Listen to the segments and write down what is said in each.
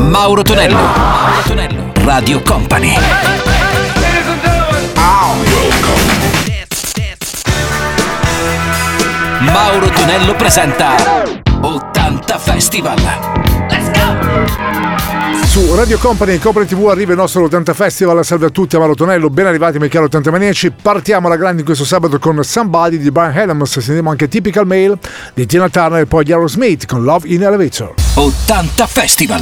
Mauro Tonello. Mauro Tonello. Radio Company. Mauro Tonello presenta 80 Festival. Let's go! Su Radio Company e Company TV arriva il nostro 80 Festival. Salve a tutti, Mauro Tonello, ben arrivati miei cari 80 maniaci. Partiamo alla grande questo sabato con Somebody di Bryan Adams. Sentiamo anche Typical Male di Tina Turner e poi gli Aerosmith con Love in Elevator. 80 Festival.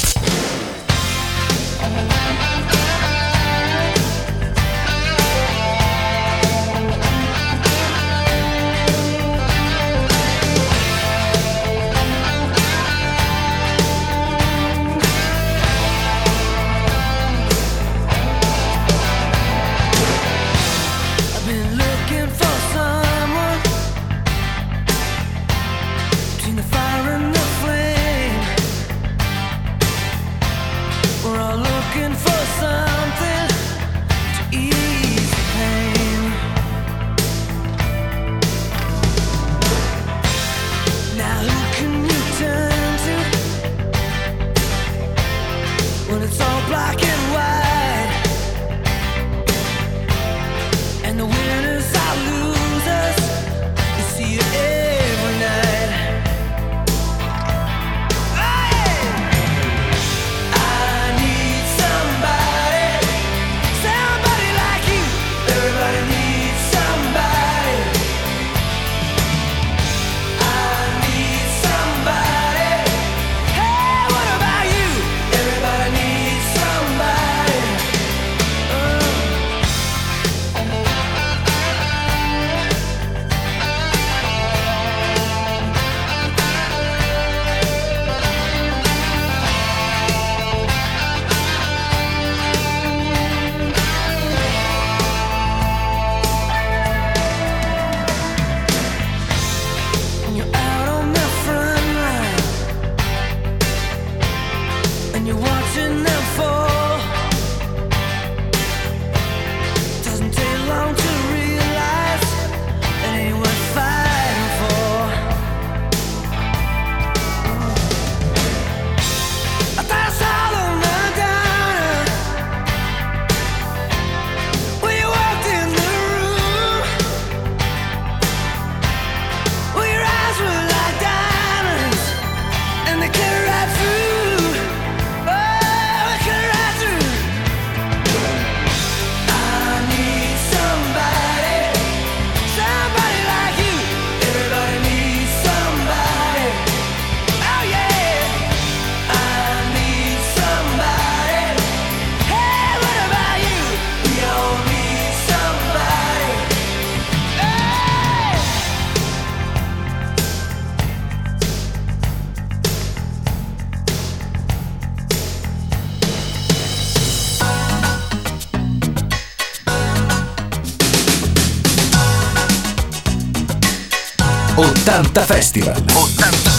Festival. 80 Festival.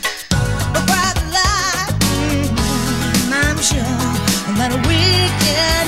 That we can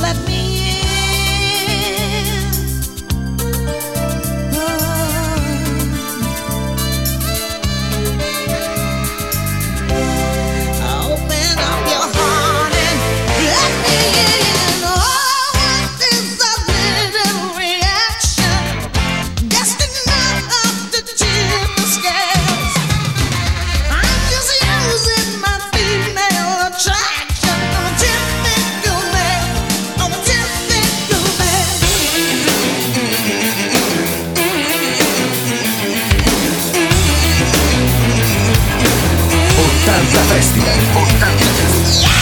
let me in. Open up your heart and let me in. Oh, what is a little reaction? Just enough up to tip the scales. I'm just using my female attraction. I'm a typical man. I'm a typical man. 80 Festival. 80 Festival.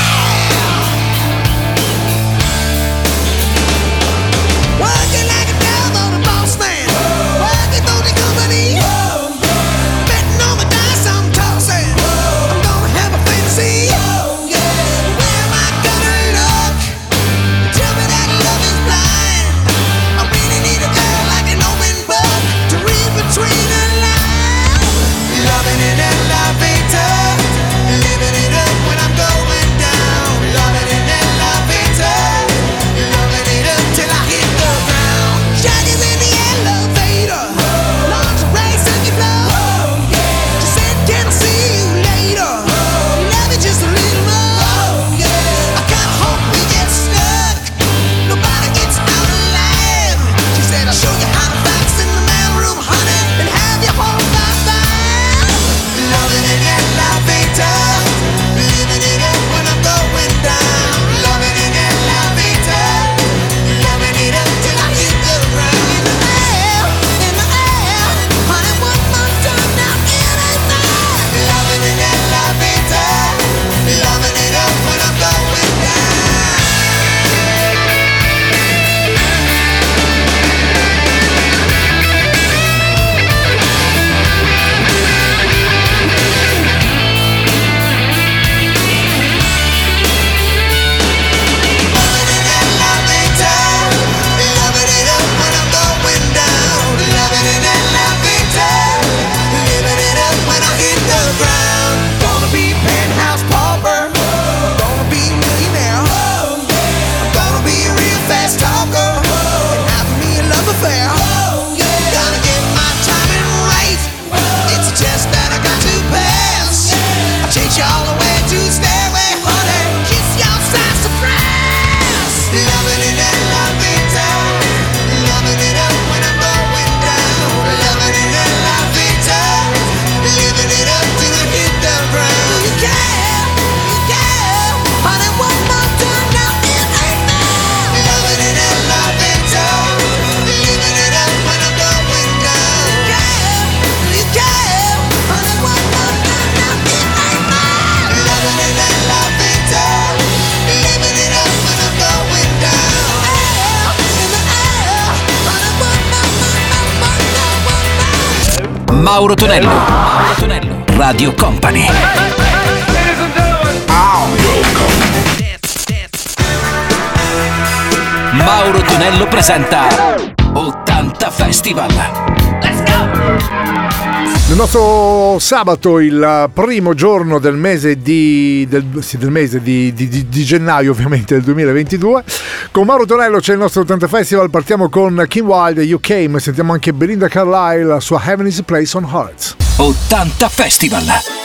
Working like a dove on a boss man. Working for the company. Betting on the dice I'm tossing. I'm gonna have a fantasy. Where am I gonna look? Tell me that love is blind. I really need a girl like an open book to read between the lines. Loving in elevator, living it up when I'm going down. Loving in elevator, loving it up till I hit the ground. Shaggy's in the elevator, lingerie silky flow. She said, can I see you later? Love it just a little more. I kinda hope we get stuck. Nobody gets out alive. She said, I'll show you how to fax in the mailroom, honey, and have your whole life back. Loving in elevator, living it up when I'm going down. Loving in elevator, loving it up till I hit the ground. In the air, honey, one more time now, it ain't fair. Loving in elevator, loving it up when I'm going down. All the way to stairway, honey, kiss your sassafras. Loving in elevator, loving it up when I'm going down. Loving in elevator, living it up till I hit the ground. You care, honey, one more time now, it ain't fair. Loving in elevator, living it up when I'm going down. You care, honey, one more time now, it ain't fair. Loving in elevator, living it up when I'm going down. In the air, honey, one more. Mauro Tonello. Mauro Tonello. Radio Company. Mauro Tonello presenta 80 Festival. Let's go! Nel nostro sabato, il primo giorno del mese di gennaio, ovviamente, del 2022, con Mauro Tonello c'è il nostro 80 Festival. Partiamo con Kim Wilde, You Came, sentiamo anche Belinda Carlisle, la sua Heaven is a Place on Hearts. 80 Festival.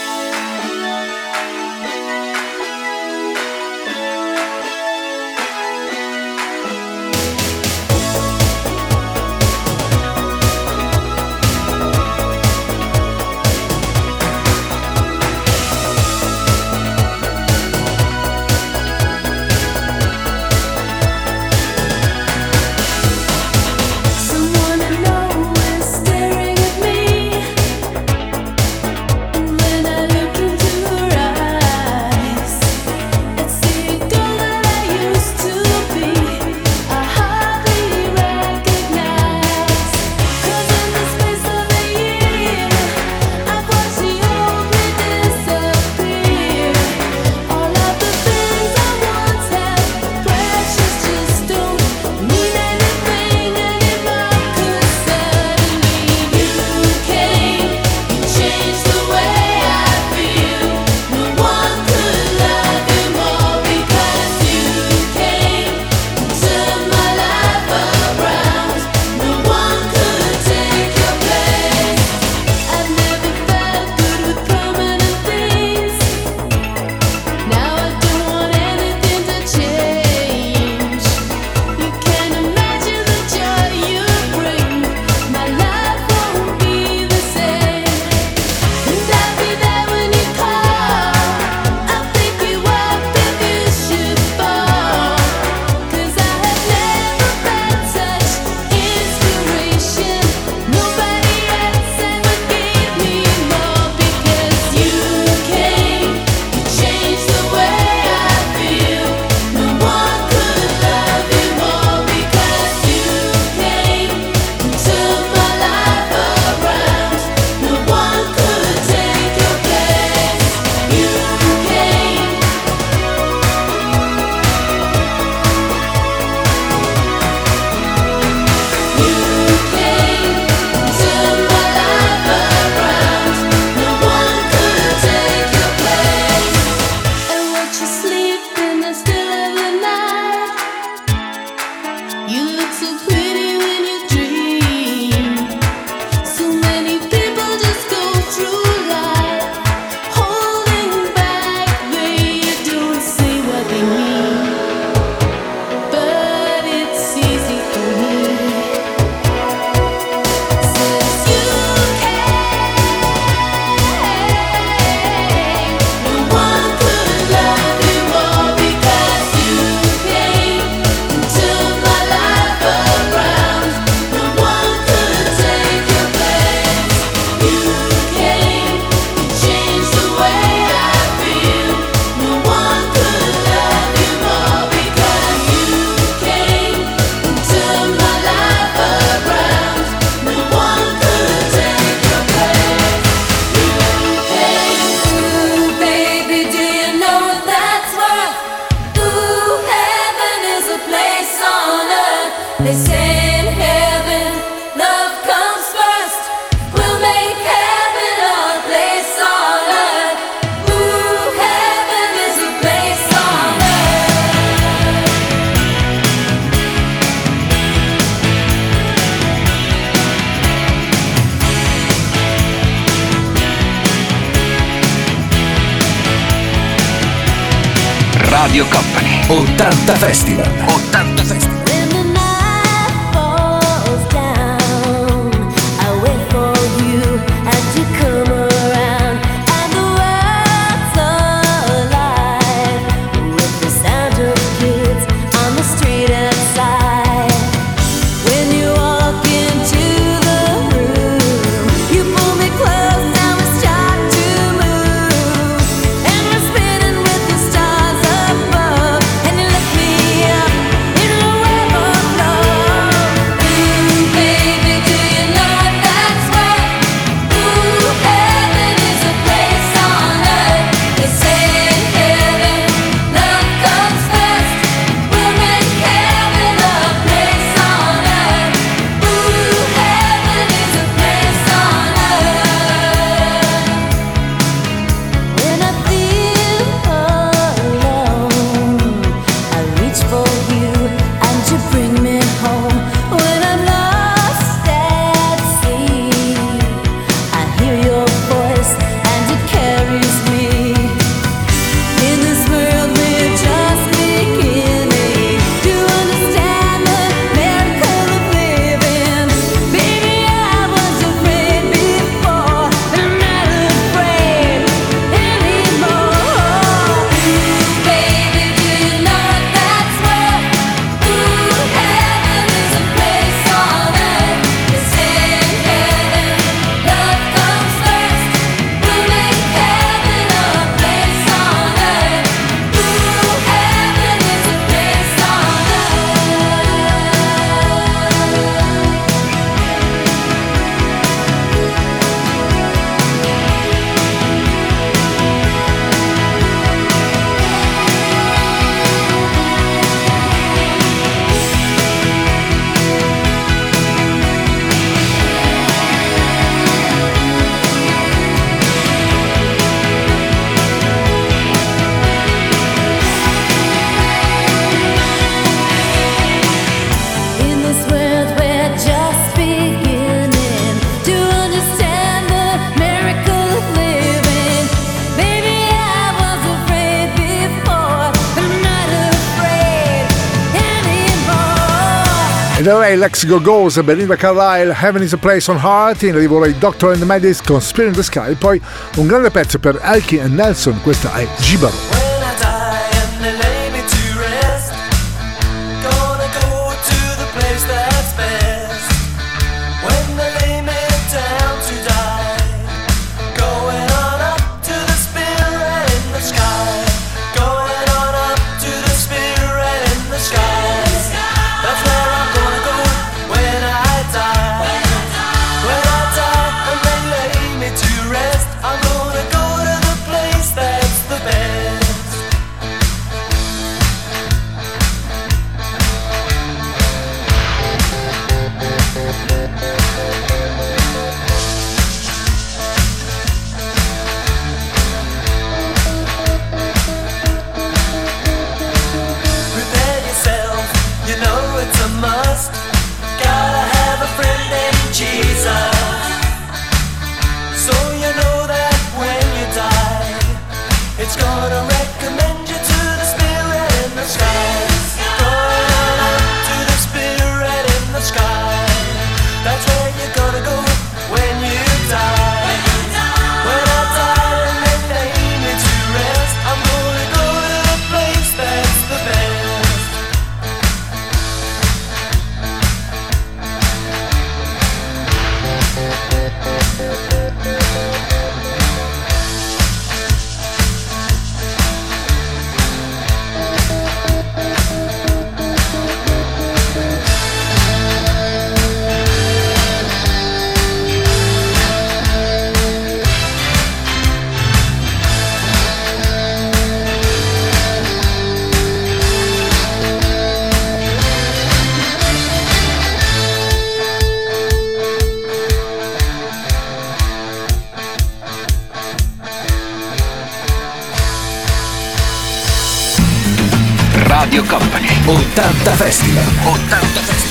Someone I know is staring at me when I Radio Company 80 Festival. 80 Festival. When the night falls down, I wait for you as you come around, and the world's alive with the sound of kids on the street outside. When you walk into the room, you pull me close and we start to move, and we're spinning with the stars above, and you lift me up in a web of love. Ooh, baby, do you know that's what? Ooh, heaven is a place on earth. They say in heaven, love comes first. We'll make heaven a place on earth. Ooh, heaven is a place on earth. When I feel alone, I reach for you and you bring me home. When I'm lost at sea, I hear your voice and it carries me. In this world we're just beginning to understand the miracle of living. Baby, I was afraid before, and I'm not afraid anymore. Baby, do you know that's what? Ooh, heaven is a place on earth. They say in heaven, love comes first. We'll make heaven a place on earth. Ooh, heaven is a place on In this world we're just beginning to understand the miracle of living. Baby, I was afraid before, but I'm not afraid anymore. Ed era Lex Go-Go's, Belinda Carlisle, Heaven is a Place on Heart. In arrivo lei Doctor and the Medics con Spirit in the Sky. Poi un grande pezzo per Elkie e Nelson, questa è Gibaro. When I die and they lay me to rest, gonna go to the place that's best. When they lay me down to die, going on up to the spirit in the sky, going on up to the spirit in the sky. That's where I'm gonna go when I die. When I die and they lay me to rest, I'm gonna go to the place that's the best. Prepare yourself, you know it's a must. Gotta have a friend named Jesus. So you know that when you die, it's gonna recommend you to the spirit in the sky. Going on up to the spirit in the sky. That's where you're gonna go when you die. When I die and they lay me to rest, I'm gonna go to the place that's the best. Radio Company 80 Festival. 80 Festival.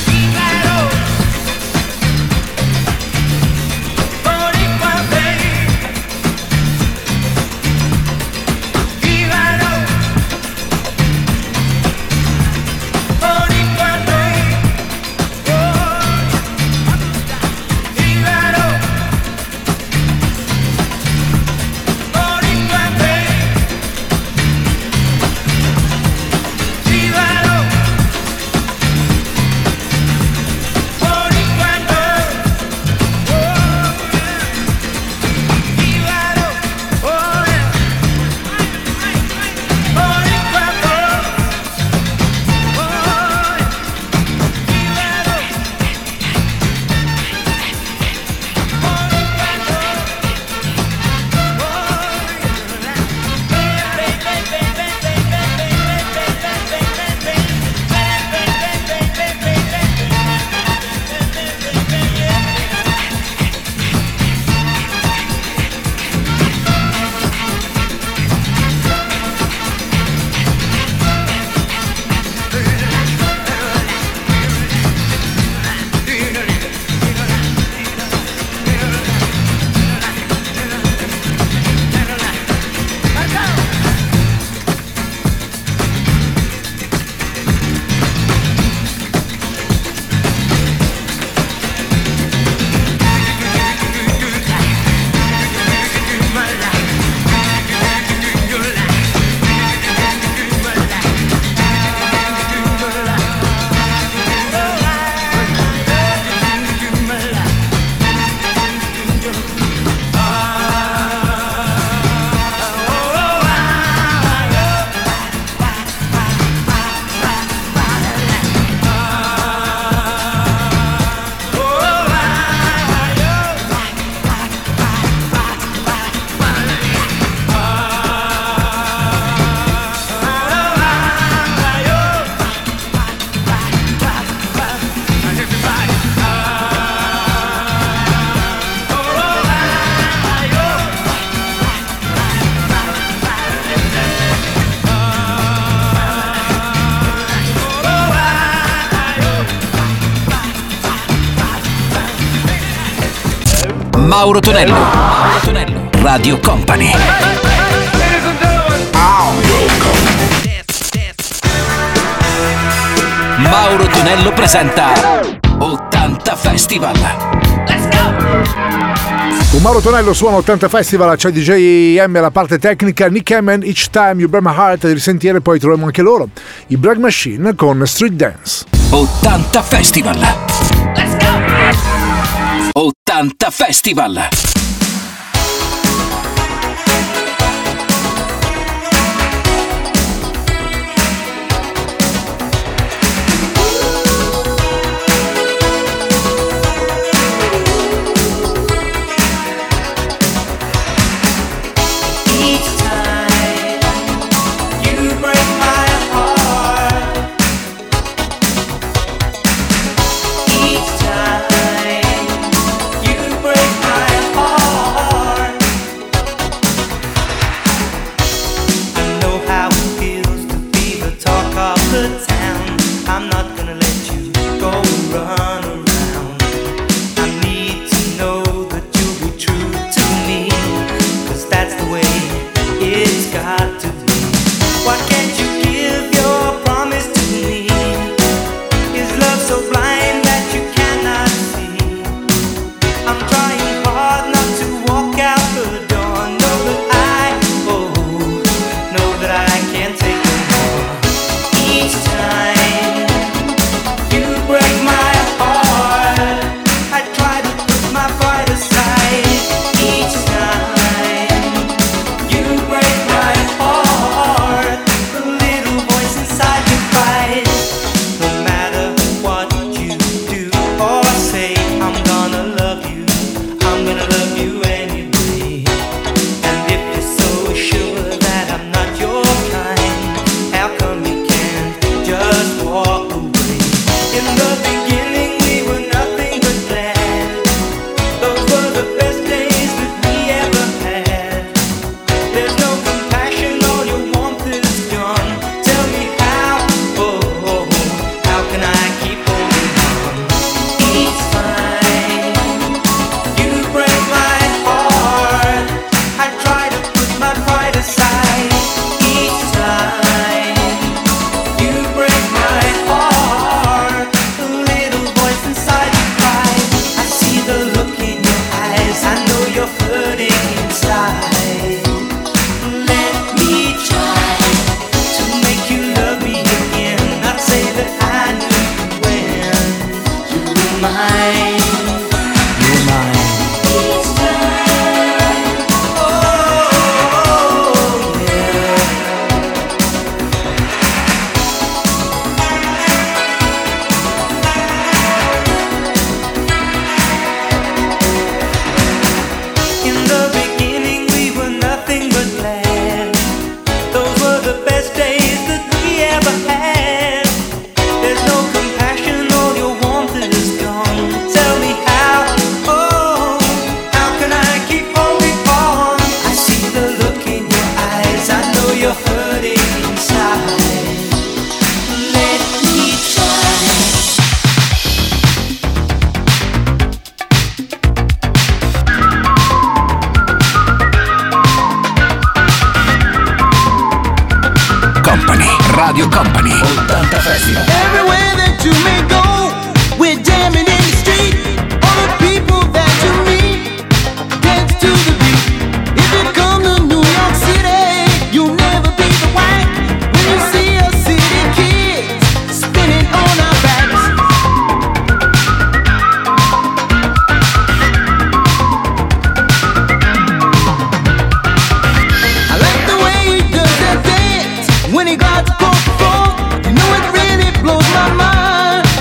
Mauro Tonello. Mauro Tonello. Radio Company. Mauro Tonello presenta 80 Festival. Con Mauro Tonello suona 80 Festival, c'è DJ M alla parte tecnica, Nick Hammond, Each Time You Break My Heart, di risentire, poi troviamo anche loro, i Black Machine con Street Dance. 80 Festival. 80 Festival. Radio Company 80 Festival. Everywhere that you may go, we're jamming in the street. All the people that you meet dance to the beat. If you come to New York City, you'll never be the white when you see us city kids spinning on our backs. I like the way he does that dance when he got to go. You know it really blows my mind.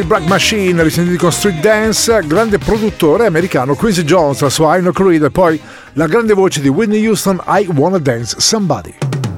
Black Machine, risentiti con Street Dance, grande produttore americano Quincy Jones, la sua I Know Creed, e poi la grande voce di Whitney Houston, I Wanna Dance Somebody.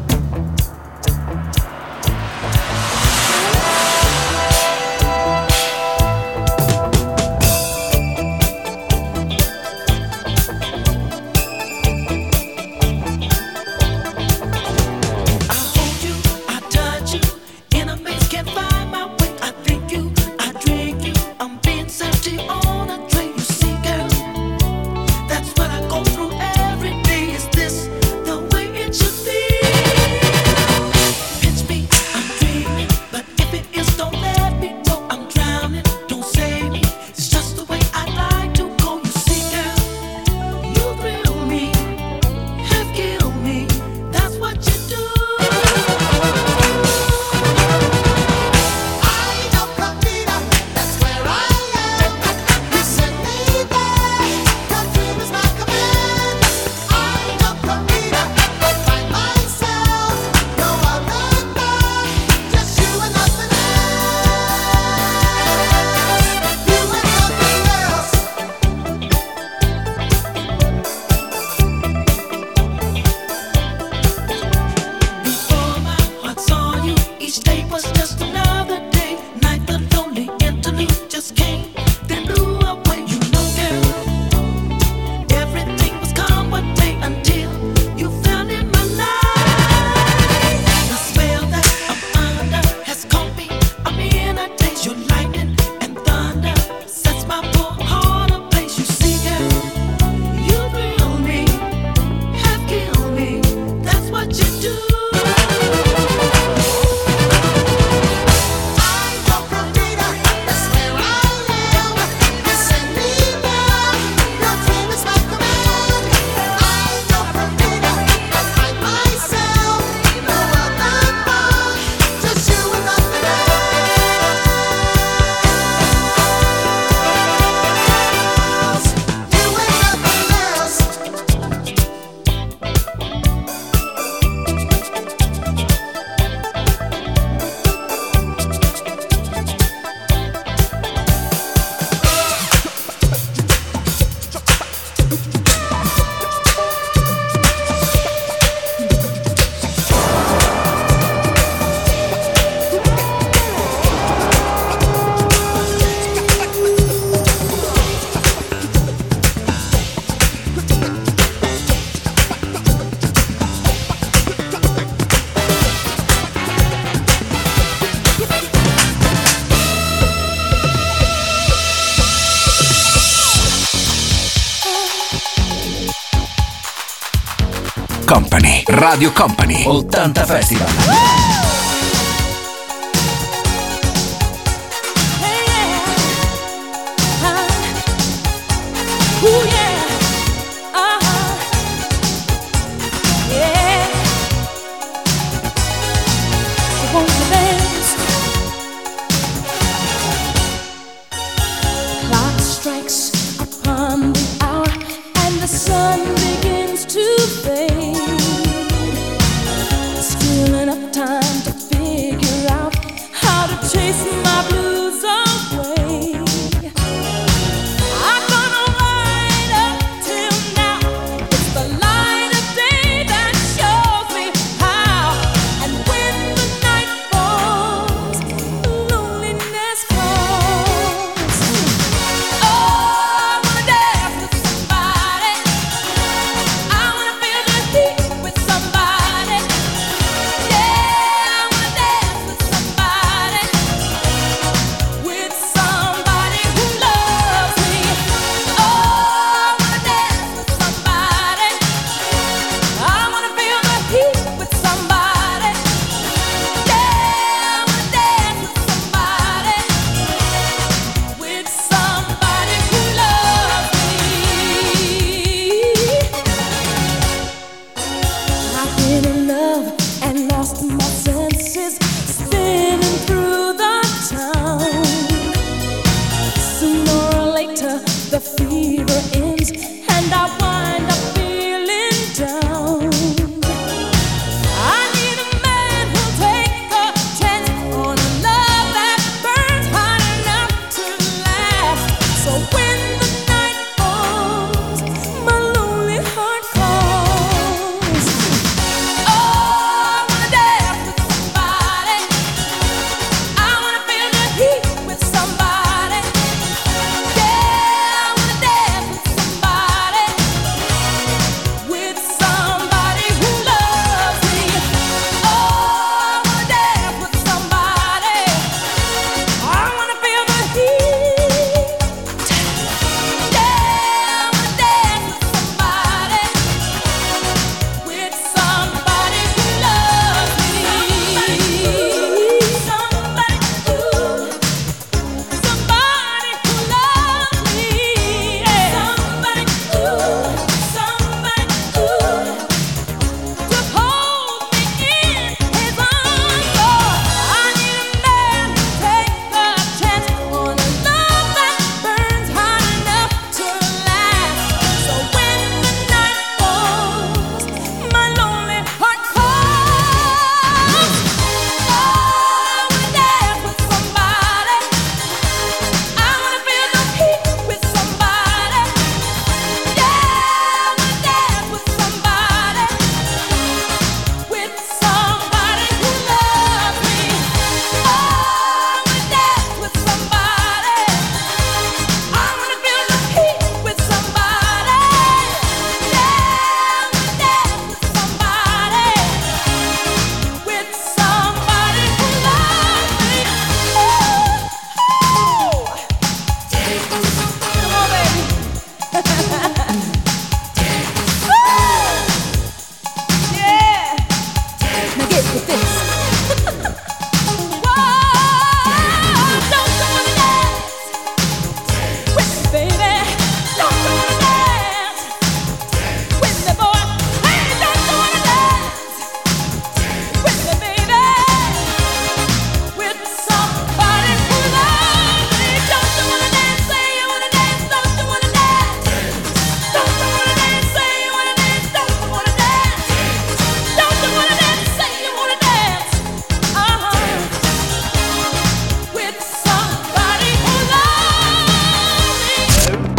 Company, Radio Company, 80 Festival.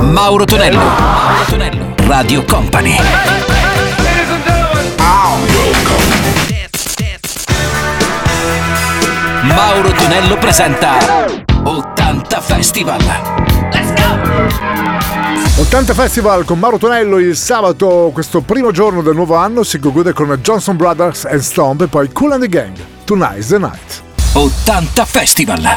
Mauro Tonello. Mauro Tonello. Radio Company. Mauro Tonello presenta 80 Festival. 80 Festival con Mauro Tonello il sabato, questo primo giorno del nuovo anno si conclude con Johnson Brothers and Stomp e poi Kool and the Gang. Tonight's the night. 80 Festival.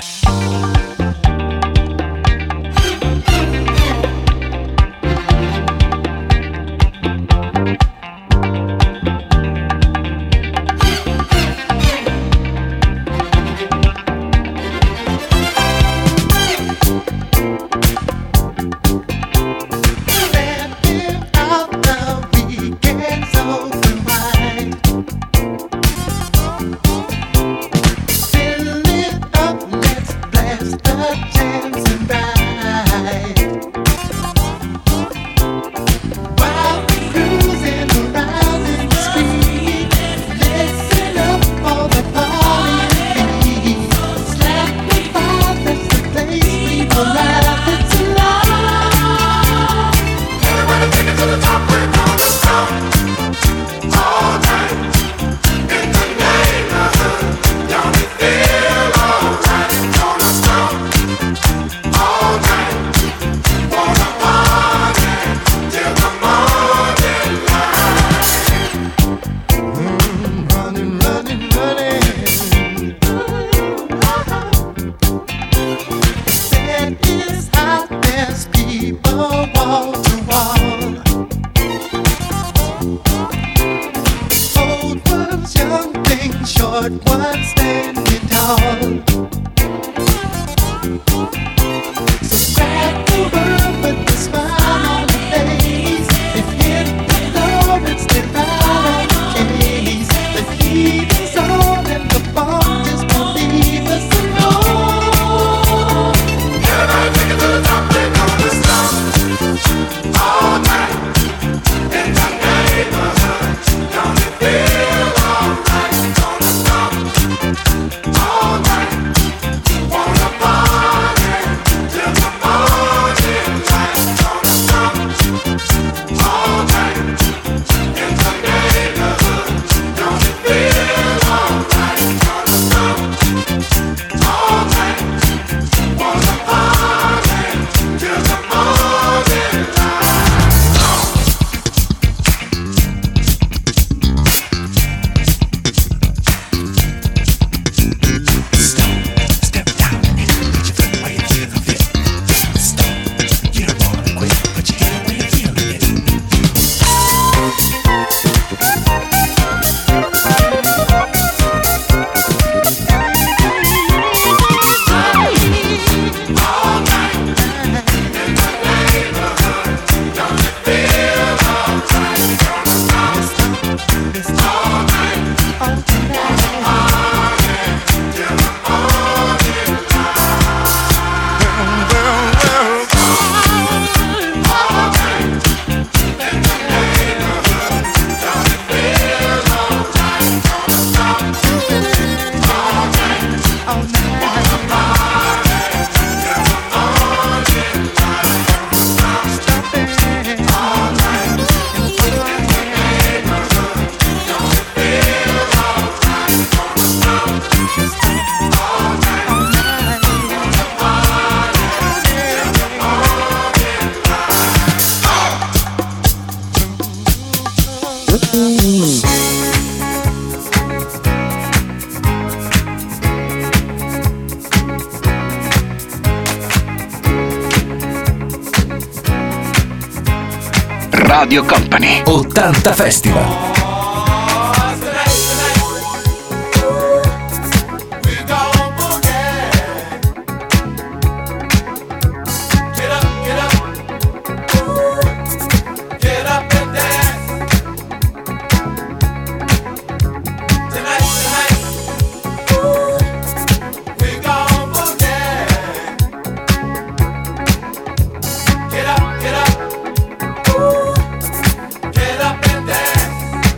Radio Company 80 Festival. Get up and dance.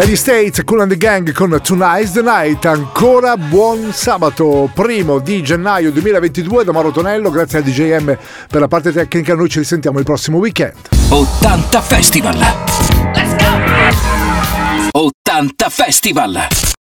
Dagli States, Kool and the Gang con Tonight's the Night. Ancora buon sabato, 1 di gennaio 2022 da Mauro Tonello. Grazie a DJM per la parte tecnica. Noi ci risentiamo il prossimo weekend. 80 Festival. Let's go! 80 Festival.